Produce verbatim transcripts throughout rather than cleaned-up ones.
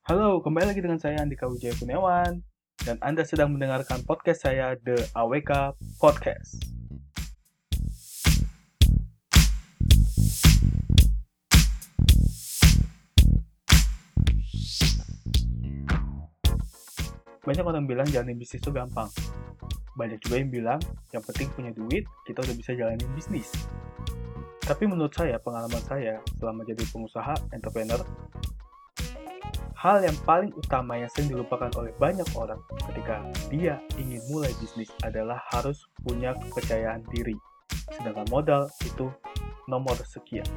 Halo, kembali lagi dengan saya Andika Wijaya Kurniawan dan Anda sedang mendengarkan podcast saya The A W K Podcast. Banyak orang bilang jalanin bisnis itu gampang. Banyak juga yang bilang yang penting punya duit, kita udah bisa jalanin bisnis. Tapi menurut saya, pengalaman saya selama jadi pengusaha, entrepreneur, hal yang paling utama yang sering dilupakan oleh banyak orang ketika dia ingin mulai bisnis adalah harus punya kepercayaan diri. Sedangkan modal itu nomor sekian.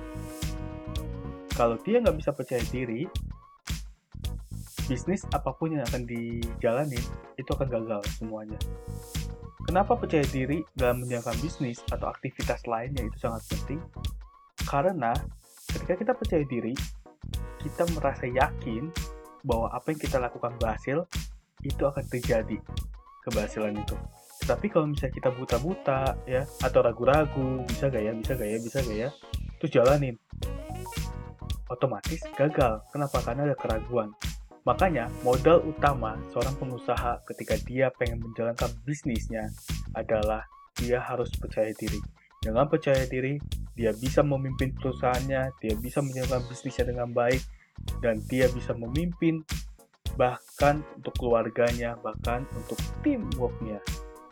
Kalau dia nggak bisa percaya diri, bisnis apapun yang akan dijalanin itu akan gagal semuanya. Kenapa percaya diri dalam menjalankan bisnis atau aktivitas lainnya itu sangat penting? Karena ketika kita percaya diri, kita merasa yakin bahwa apa yang kita lakukan berhasil, itu akan terjadi keberhasilan itu. Tapi kalau misalnya kita buta-buta ya, atau ragu-ragu, bisa gak ya, bisa gak ya, bisa gak ya, terus jalanin, otomatis gagal. Kenapa? Karena ada keraguan. Makanya, modal utama seorang pengusaha ketika dia pengen menjalankan bisnisnya adalah dia harus percaya diri. Dengan percaya diri, dia bisa memimpin perusahaannya, dia bisa menjalankan bisnisnya dengan baik, dan dia bisa memimpin bahkan untuk keluarganya, bahkan untuk teamwork-nya.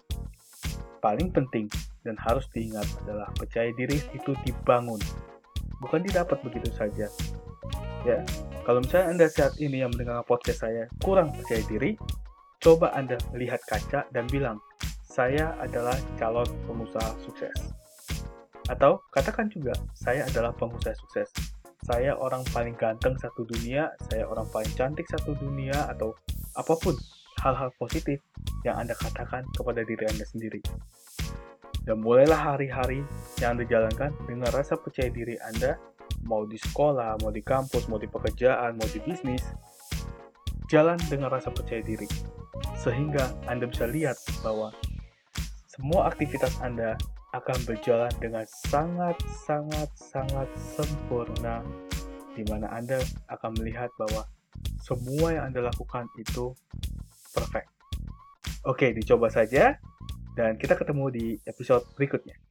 Paling penting dan harus diingat adalah percaya diri itu dibangun, bukan didapat begitu saja. Ya, kalau misalnya Anda saat ini yang mendengar podcast saya kurang percaya diri, coba Anda lihat kaca dan bilang, saya adalah calon pengusaha sukses. Atau katakan juga, saya adalah pengusaha sukses. Saya orang paling ganteng satu dunia, saya orang paling cantik satu dunia, atau apapun hal-hal positif yang Anda katakan kepada diri Anda sendiri. Dan mulailah hari-hari yang Anda jalankan dengan rasa percaya diri Anda, mau di sekolah, mau di kampus, mau di pekerjaan, mau di bisnis, jalan dengan rasa percaya diri. Sehingga Anda bisa lihat bahwa semua aktivitas Anda akan berjalan dengan sangat-sangat-sangat sempurna, di mana Anda akan melihat bahwa semua yang Anda lakukan itu perfect. Oke, dicoba saja, dan kita ketemu di episode berikutnya.